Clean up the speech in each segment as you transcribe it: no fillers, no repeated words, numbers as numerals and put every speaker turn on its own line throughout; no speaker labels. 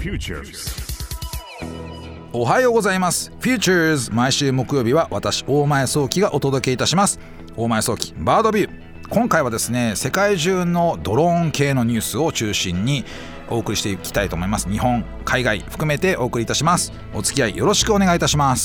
おはようございます。 Futures 毎週木曜日は私大前早期がお届けいたします。大前早期バードビュー。今回はですね、世界中のドローン系のニュースを中心にお送りしていきたいと思います。日本、海外含めてお送りいたします。お付き合いよろしくお願いいたします。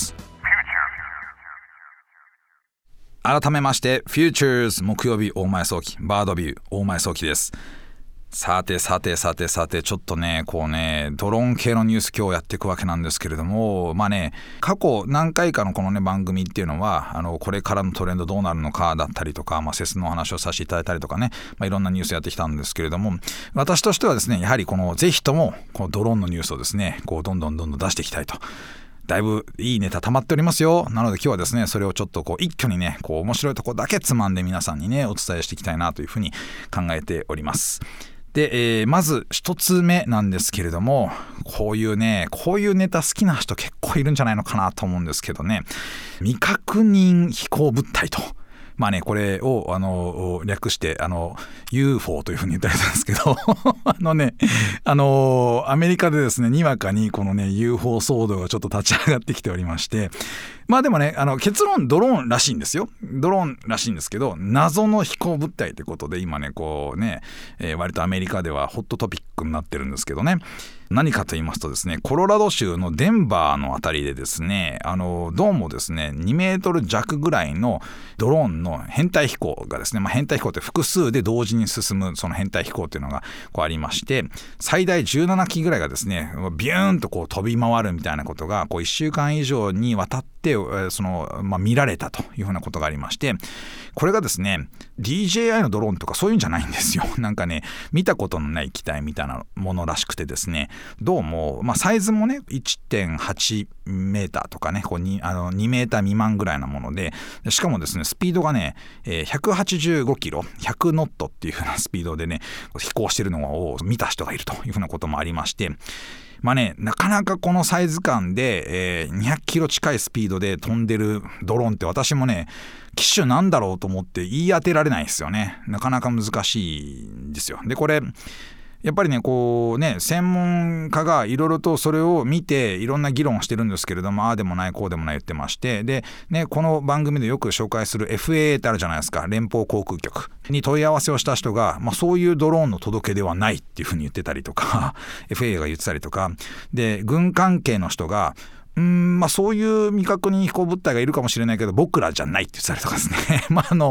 改めまして Futures 木曜日大前早期バードビュー大前早期です。さてちょっとねドローン系のニュース今日やっていくわけなんですけれども、過去何回かのこのね番組っていうのはこれからのトレンドどうなるのかだったりとか、セスのお話をさせていただいたりとかね、いろんなニュースやってきたんですけれども、私としてはですね、やはりぜひともこのドローンのニュースをですねどんどん出していきたいと。だいぶいいネタ溜まっておりますよ。なので今日はですね、それをちょっと一挙にね面白いとこだけつまんで皆さんにねお伝えしていきたいなというふうに考えております。で、まず一つ目なんですけれども、こういうネタ好きな人結構いるんじゃないのかなと思うんですけどね、未確認飛行物体と。これを略してUFO というふうに言ったりするんですけどアメリカでですね、にわかにこのね UFO 騒動がちょっと立ち上がってきておりまして、でもね結論ドローンらしいんですよ。ドローンらしいんですけど、謎の飛行物体ということで今ね割とアメリカではホットトピックになってるんですけどね、何かと言いますとですね、コロラド州のデンバーのあたりでですね、どうもですね2メートル弱ぐらいのドローンの編隊飛行がですね、編隊飛行って複数で同時に進むその編隊飛行っていうのがありまして、最大17機ぐらいがですねビューンと飛び回るみたいなことが1週間以上にわたって見られたというふうなことがありまして、これがですね DJI のドローンとかそういうんじゃないんですよ。見たことのない機体みたいなものらしくてですね、どうも、サイズもね 1.8 メーターとかね2メーター未満ぐらいなもので、しかもですねスピードがね185キロ100ノットっていう風なスピードでね飛行してるのを見た人がいるという風なこともありまして、なかなかこのサイズ感で、200キロ近いスピードで飛んでるドローンって私もね機種なんだろうと思って言い当てられないですよね。なかなか難しいんですよ。でこれやっぱりね専門家がいろいろとそれを見ていろんな議論をしてるんですけれども、ああでもないこうでもない言ってまして、でねこの番組でよく紹介する FAA ってあるじゃないですか、連邦航空局に問い合わせをした人が、そういうドローンの届けではないっていうふうに言ってたりとかFAA が言ってたりとかで、軍関係の人がそういう未確認飛行物体がいるかもしれないけど僕らじゃないって言ってたりとかですね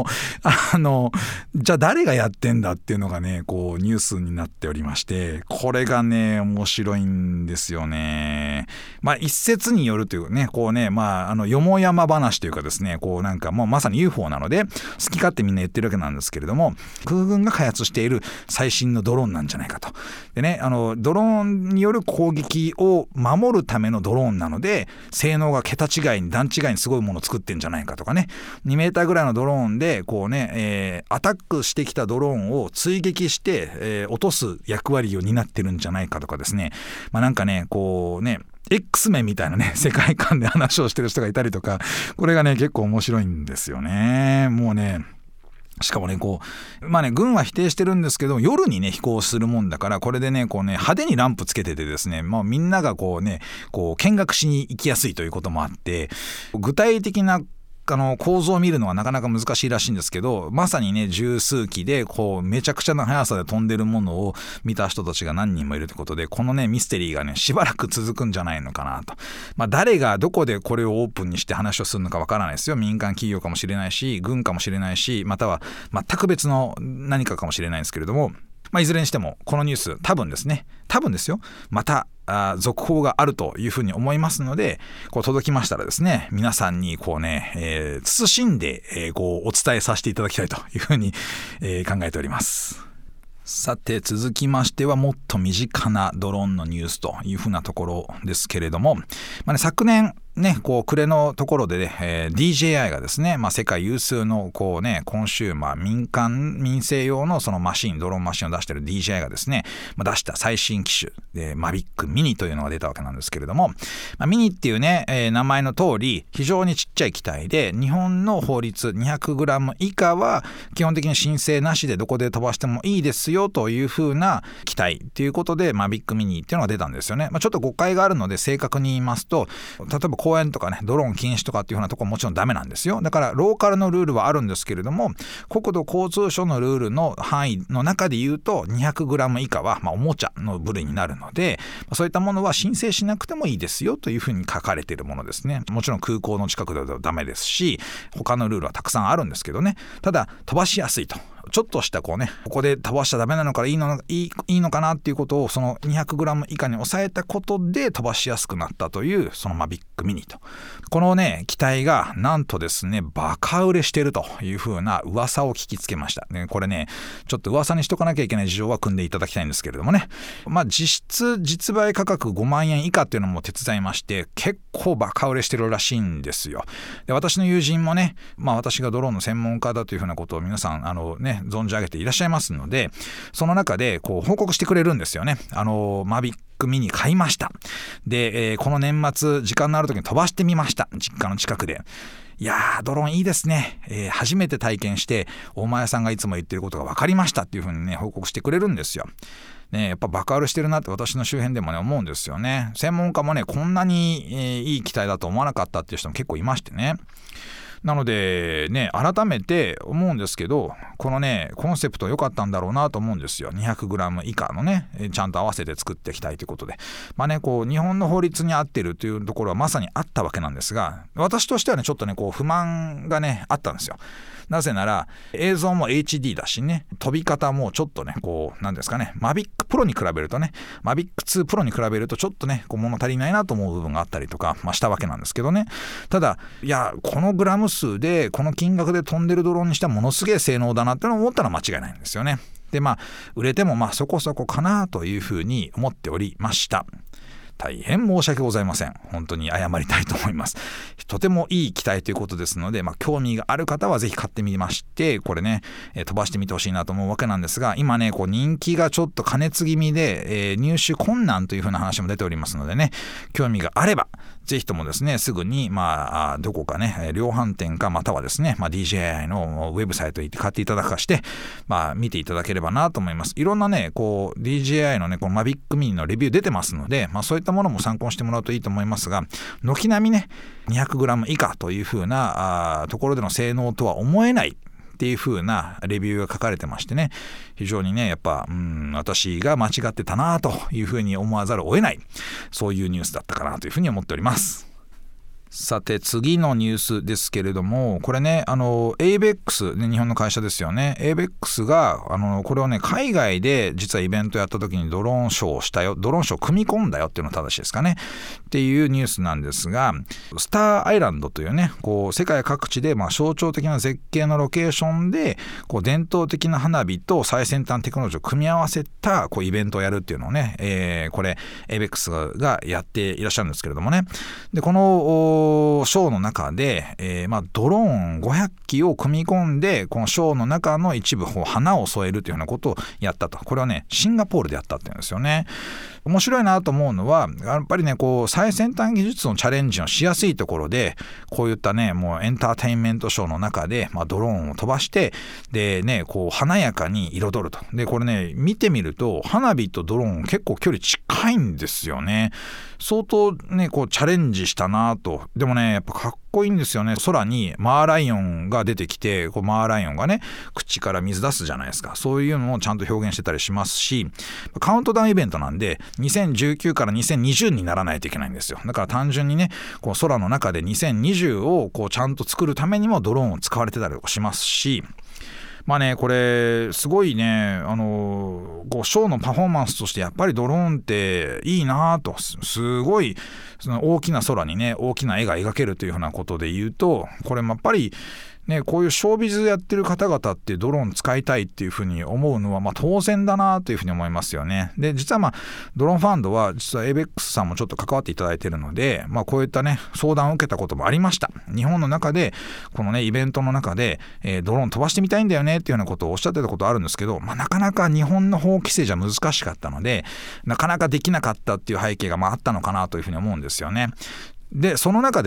じゃあ誰がやってんだっていうのがねニュースになっておりまして、これがね面白いんですよね。一説によるというねよもやま話というかですねもうまさに UFO なので好き勝手みんな言ってるわけなんですけれども、空軍が開発している最新のドローンなんじゃないかと。でねドローンによる攻撃を守るためのドローンなので性能が桁違いに段違いにすごいものを作ってんじゃないかとかね、2メーターぐらいのドローンでアタックしてきたドローンを追撃して、落とす役割を担ってるんじゃないかとかですね、X メンみたいなね世界観で話をしてる人がいたりとか、これがね結構面白いんですよね。もうねしかもね軍は否定してるんですけど、夜にね飛行するもんだから、これでね派手にランプつけててですね、みんなが見学しに行きやすいということもあって、具体的な構造を見るのはなかなか難しいらしいんですけど、まさにね十数機でめちゃくちゃな速さで飛んでるものを見た人たちが何人もいるということで、このねミステリーがねしばらく続くんじゃないのかなと。誰がどこでこれをオープンにして話をするのかわからないですよ。民間企業かもしれないし、軍かもしれないし、または全く別の何かかもしれないんですけれども、いずれにしてもこのニュース多分ですよ、また続報があるというふうに思いますので、届きましたらですね皆さんに慎んで、お伝えさせていただきたいというふうに、考えております。さて続きましてはもっと身近なドローンのニュースというふうなところですけれども、昨年ね、こう暮れのところでね、DJI がですね、世界有数のこうねコンシューマー民生用のそのドローンマシンを出している DJI がですね、出した最新機種でマビックミニというのが出たわけなんですけれども、ミニっていうね、名前の通り非常にちっちゃい機体で、日本の法律 200g 以下は基本的に申請なしでどこで飛ばしてもいいですよという風な機体ということでマビックミニっていうのが出たんですよね。ちょっと誤解があるので正確に言いますと、例えば公園とかねドローン禁止とかっていう風なところもちろんダメなんですよ。だからローカルのルールはあるんですけれども、国土交通省のルールの範囲の中で言うと 200g 以下はおもちゃの部類になるので、そういったものは申請しなくてもいいですよというふうに書かれているものですね。もちろん空港の近くではダメですし、他のルールはたくさんあるんですけどね。ただ飛ばしやすいと、ちょっとしたここで飛ばしちゃダメなのからいいのかなっていうことをその 200g 以下に抑えたことで飛ばしやすくなったというそのマビックミニと、このね機体がなんとですねバカ売れしているというふうな噂を聞きつけましたね。これねちょっと噂にしとかなきゃいけない事情は組んでいただきたいんですけれどもね、実質実売価格5万円以下っていうのも手伝いまして、結構バカ売れしてるらしいんですよ。で私の友人もね、私がドローンの専門家だというふうなことを皆さん存じ上げていらっしゃいますので、その中でこう報告してくれるんですよね。マビックミニ買いました。で、この年末時間のある時に飛ばしてみました、実家の近くで。いやードローンいいですね、初めて体験して大前さんがいつも言ってることが分かりましたっていう風にね報告してくれるんですよ。やっぱバカ売れしてるなって私の周辺でもね思うんですよね。専門家もねこんなに、いい機体だと思わなかったっていう人も結構いましてね。なのでね改めて思うんですけど、このねコンセプト良かったんだろうなと思うんですよ。 200g 以下のねちゃんと合わせて作っていきたいということで、こう日本の法律に合ってるというところはまさにあったわけなんですが、私としてはねちょっとねこう不満がねあったんですよ。なぜなら映像も HD だしね、飛び方もちょっとねこうなんですかね、マビックプロに比べるとね、マビック2プロに比べるとちょっとねこう物足りないなと思う部分があったりとか、したわけなんですけどね。ただいやこのグラム数でこの金額で飛んでるドローンにしてはものすげえ性能だなってのを思ったのは間違いないんですよね。で売れてもそこそこかなというふうに思っておりました。大変申し訳ございません。本当に謝りたいと思います。とてもいい機体ということですので、興味がある方はぜひ買ってみまして、これね、飛ばしてみてほしいなと思うわけなんですが、今ねこう人気がちょっと過熱気味で、入手困難というふうな話も出ておりますのでね、興味があればぜひともですねすぐにどこかね量販店かまたはですね、DJI のウェブサイトに行って買っていただくかして見ていただければなと思います。いろんなねこう DJI のねこのマビックミニのレビュー出てますので、そういったものも参考にしてもらうといいと思いますが、軒並みね 200g 以下というふうなところでの性能とは思えないっていう風なレビューが書かれてましてね、非常にねやっぱ私が間違ってたなという風に思わざるを得ない、そういうニュースだったかなという風に思っております。さて次のニュースですけれども、これねABEX、日本の会社ですよね。ABEXがこれをね海外で実はイベントやった時にドローンショーをしたよ、ドローンショーを組み込んだよっていうのが正しいですかねっていうニュースなんですが、スターアイランドというねこう世界各地で象徴的な絶景のロケーションでこう伝統的な花火と最先端テクノロジーを組み合わせたこうイベントをやるっていうのをね、これ ABEX がやっていらっしゃるんですけれどもね。でこのショーの中で、ドローン500機を組み込んでこのショーの中の一部花を添えるというようなことをやったと。これはねシンガポールでやったっていうんですよね。面白いなと思うのはやっぱりねこう最先端技術のチャレンジのしやすいところでこういったねもうエンターテインメントショーの中で、ドローンを飛ばしてでねこう華やかに彩ると。でこれね見てみると花火とドローン結構距離近いんですよね。相当ねこうチャレンジしたなと。でもねやっぱかっこいいんですよね。空にマーライオンが出てきてこうマーライオンがね口から水出すじゃないですか。そういうのをちゃんと表現してたりしますし、カウントダウンイベントなんで2019から2020にならないといけないんですよ。だから単純にねこう空の中で2020をこうちゃんと作るためにもドローンを使われてたりとかしますし、これすごいねこうショーのパフォーマンスとしてやっぱりドローンっていいなと。すごいその大きな空にね大きな絵が描けるというふうなことで言うとこれもやっぱりね、こういうショービズやってる方々ってドローン使いたいっていうふうに思うのは当然だなというふうに思いますよね。で実はドローンファンドは実は ABEX さんもちょっと関わっていただいているので、こういったね相談を受けたこともありました。日本の中でこのねイベントの中で、ドローン飛ばしてみたいんだよねっていうようなことをおっしゃってたことあるんですけど、なかなか日本の法規制じゃ難しかったのでなかなかできなかったっていう背景があったのかなというふうに思うんですよね。でその中で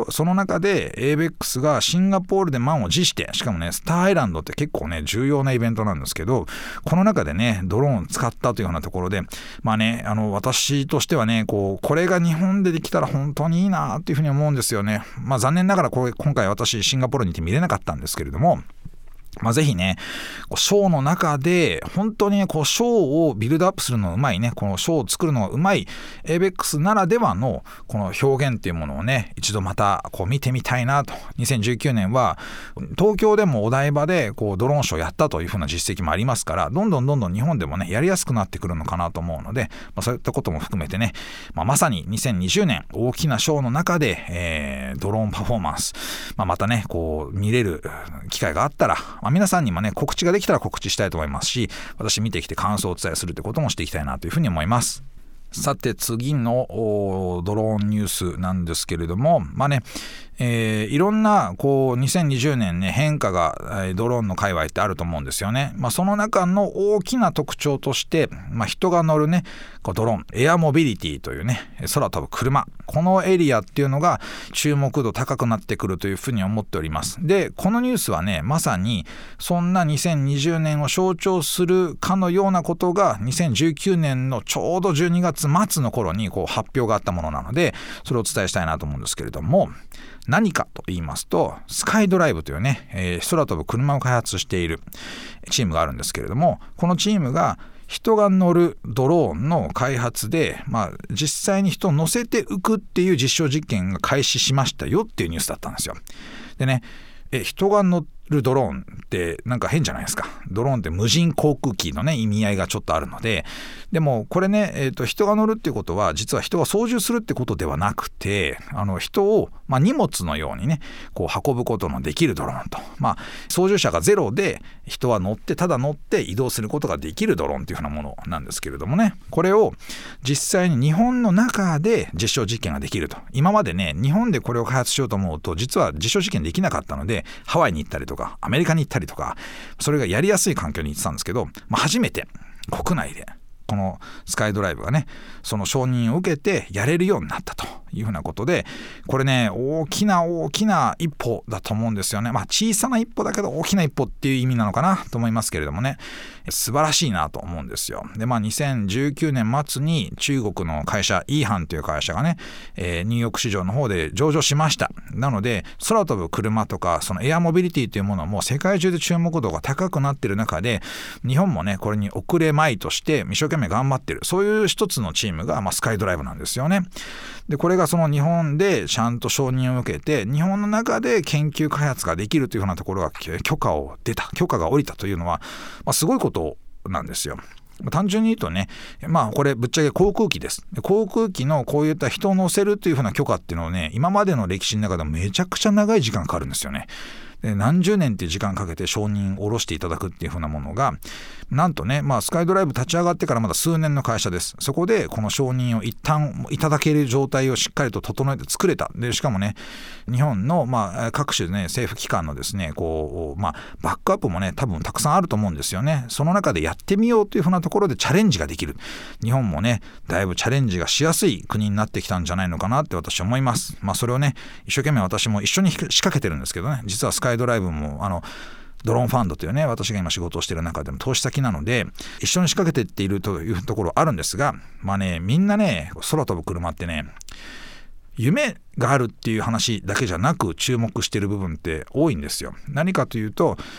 ABEX がシンガポールで満を持して、しかもねスターアイランドって結構ね重要なイベントなんですけど、この中でねドローンを使ったというようなところで私としてはねこれが日本でできたら本当にいいなっていうふうに思うんですよね。残念ながら今回私シンガポールに行って見れなかったんですけれども、ぜひねショーの中で本当にショーをビルドアップするのがうまいね、このショーを作るのがうまい ABEX ならではのこの表現っていうものをね一度また見てみたいなと。2019年は東京でもお台場でドローンショーやったというふうな実績もありますから、どんどん日本でもねやりやすくなってくるのかなと思うので、そういったことも含めてね、まさに2020年大きなショーの中で、ドローンパフォーマンス、またね見れる機会があったら皆さんにもね告知ができたら告知したいと思いますし、私見てきて感想をお伝えするってこともしていきたいなというふうに思います。さて次のドローンニュースなんですけれども、いろんな2020年ね変化がドローンの界隈ってあると思うんですよね。その中の大きな特徴として、人が乗るねドローン、エアモビリティというね空飛ぶ車、このエリアっていうのが注目度高くなってくるというふうに思っております。でこのニュースはねまさにそんな2020年を象徴するかのようなことが2019年のちょうど12月末の頃に発表があったものなので、それをお伝えしたいなと思うんですけれども、何かと言いますとスカイドライブというね、空飛ぶ車を開発しているチームがあるんですけれども、このチームが人が乗るドローンの開発で、実際に人を乗せて浮くっていう実証実験が開始しましたよっていうニュースだったんですよ。でね、人が乗るドローンってなんか変じゃないですか。ドローンって無人航空機のね意味合いがちょっとあるので、でもこれね、人が乗るっていうことは実は人が操縦するってことではなくて、人を、荷物のようにね運ぶことのできるドローンと、操縦者がゼロで人はただ乗って移動することができるドローンっていうふうなものなんですけれどもね、これを実際に日本の中で実証実験ができると。今までね日本でこれを開発しようと思うと実は実証実験できなかったので、ハワイに行ったりとかアメリカに行ったりとか、それがやりやすい環境に行ってたんですけど、初めて国内でこのスカイドライブがねその承認を受けてやれるようになったというふうなことで、これね大きな一歩だと思うんですよね。小さな一歩だけど大きな一歩っていう意味なのかなと思いますけれどもね、素晴らしいなと思うんですよ。で2019年末に中国の会社イーハンという会社がね、ニューヨーク市場の方で上場しました。なので空飛ぶ車とかそのエアモビリティというものも世界中で注目度が高くなっている中で、日本もねこれに遅れまいとして一生懸命頑張ってる、そういう一つのチームが、スカイドライブなんですよね。でこれがその日本でちゃんと承認を受けて日本の中で研究開発ができるというふうなところが許可が下りたというのは、すごいことなんですよ。単純に言うとね、これぶっちゃけ航空機です。航空機のこういった人を乗せるというふうな許可っていうのをね今までの歴史の中でもめちゃくちゃ長い時間かかるんですよね。で何十年っていう時間かけて承認を下ろしていただくっていうふうなものが、なんとね、スカイドライブ立ち上がってからまだ数年の会社です。そこでこの承認を一旦いただける状態をしっかりと整えて作れた。でしかもね日本の各種ね政府機関のですねバックアップもね多分たくさんあると思うんですよね。その中でやってみようというふうなところでチャレンジができる。日本もねだいぶチャレンジがしやすい国になってきたんじゃないのかなって私は思います。それをね一生懸命私も一緒に仕掛けてるんですけどね、実はスカイドライブもドローンファンドというね私が今仕事をしている中での投資先なので一緒に仕掛けていっているというところあるんですが、みんなね空飛ぶ車ってね夢があるっていう話だけじゃなく注目している部分って多いんですよ。何かというと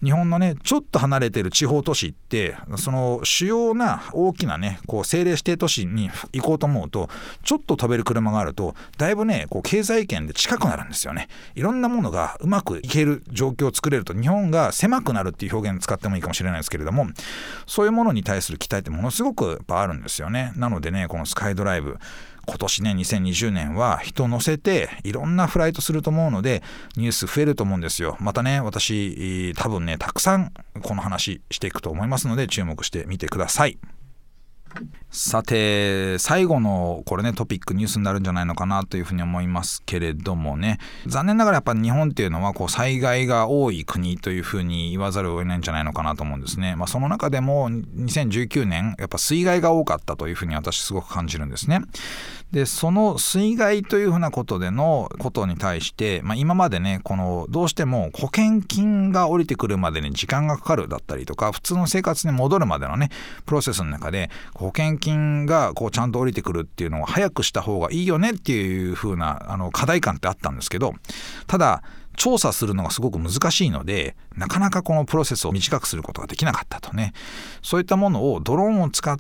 日本のねちょっと離れてる地方都市ってその主要な大きなねこう政令指定都市に行こうと思うとちょっと飛べる車があるとだいぶねこう経済圏で近くなるんですよね。いろんなものがうまくいける状況を作れると日本が狭くなるっていう表現使ってもいいかもしれないですけれども、そういうものに対する期待ってものすごくやっぱあるんですよね。なのでねこのスカイドライブ今年ね2020年は人乗せていろんなフライトすると思うのでニュース増えると思うんですよ。またね私多分ねたくさんこの話していくと思いますので注目してみてください。さて最後のこれねトピックニュースになるんじゃないのかなというふうに思いますけれどもね、残念ながらやっぱ日本っていうのはこう災害が多い国というふうに言わざるを得ないんじゃないのかなと思うんですね。その中でも2019年やっぱ水害が多かったというふうに私すごく感じるんですね。でその水害というふうなことでのことに対して、今までねこのどうしても保険金が降りてくるまでに時間がかかるだったりとか普通の生活に戻るまでのねプロセスの中で保険金がこうちゃんと降りてくるっていうのを早くした方がいいよねっていう風な課題感ってあったんですけど、ただ調査するのがすごく難しいのでなかなかこのプロセスを短くすることができなかったとね、そういったものをドローンを使って、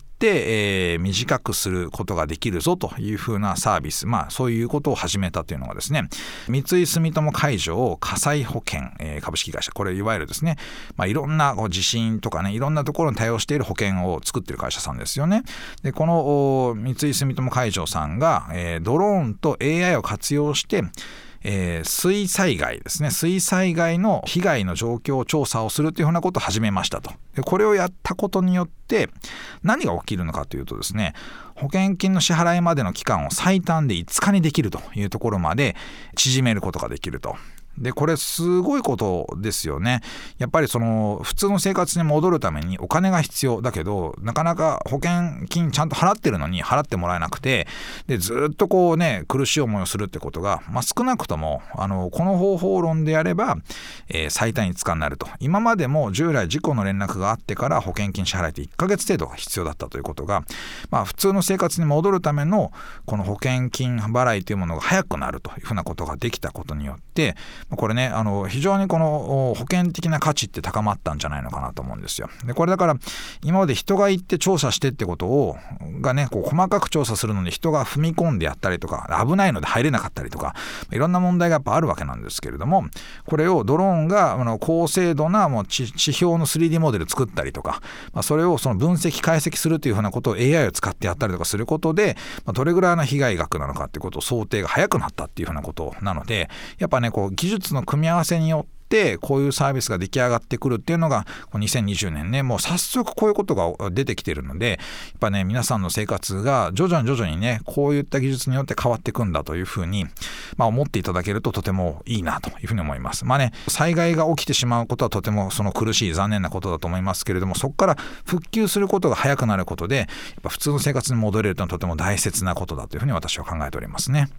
短くすることができるぞというふうなサービス、そういうことを始めたというのがですね、三井住友海上火災保険、株式会社、これいわゆるですね、いろんな地震とかねいろんなところに対応している保険を作っている会社さんですよね。でこの三井住友海上さんが、ドローンと AI を活用して水災害ですね、水災害の被害の状況を調査をするというふうなことを始めましたと。でこれをやったことによって何が起きるのかというとですね、保険金の支払いまでの期間を最短で5日にできるというところまで縮めることができると。でこれすごいことですよね。やっぱりその普通の生活に戻るためにお金が必要だけどなかなか保険金ちゃんと払ってるのに払ってもらえなくて、でずっとこうね苦しい思いをするってことが、少なくともこの方法論でやれば、最短5日になると。今までも従来事故の連絡があってから保険金支払いって1ヶ月程度が必要だったということが、普通の生活に戻るためのこの保険金払いというものが早くなるというふうなことができたことによってこれね非常にこの保険的な価値って高まったんじゃないのかなと思うんですよ。でこれだから今まで人が行って調査してってことをがねこう細かく調査するのに人が踏み込んでやったりとか危ないので入れなかったりとかいろんな問題がやっぱあるわけなんですけれども、これをドローンが高精度な地表の 3D モデル作ったりとか、それをその分析解析するというふうなことを AI を使ってやったりとかすることで、どれぐらいの被害額なのかっていうことを想定が早くなったっていうふうなことなので、やっぱねこう技術の組み合わせによってこういうサービスが出来上がってくるっていうのが2020年ねもう早速こういうことが出てきているので、やっぱね皆さんの生活が徐々にねこういった技術によって変わっていくんだというふうに、思っていただけるととてもいいなというふうに思います。災害が起きてしまうことはとてもその苦しい残念なことだと思いますけれども、そこから復旧することが早くなることでやっぱ普通の生活に戻れるというのはとても大切なことだというふうに私は考えておりますね。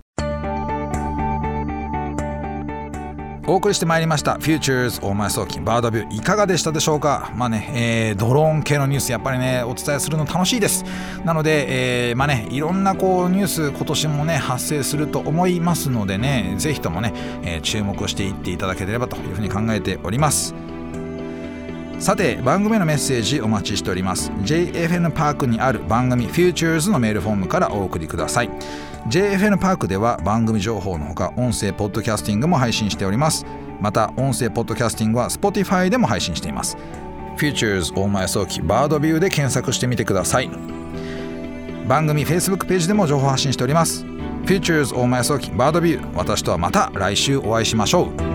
お送りしてまいりました Futures 大前早期バードビューいかがでしたでしょうか。ドローン系のニュースやっぱりねお伝えするの楽しいです。なので、いろんなニュース今年もね発生すると思いますのでね、ぜひともね、注目していっていただければというふうに考えております。さて番組へのメッセージお待ちしております。 JFN パークにある番組 Futures のメールフォームからお送りください。 JFN パークでは番組情報のほか音声ポッドキャスティングも配信しております。また音声ポッドキャスティングは Spotify でも配信しています。 Futures 大前早期バードビューで検索してみてください。番組 Facebook ページでも情報発信しております。 Futures 大前早期バードビュー、私とはまた来週お会いしましょう。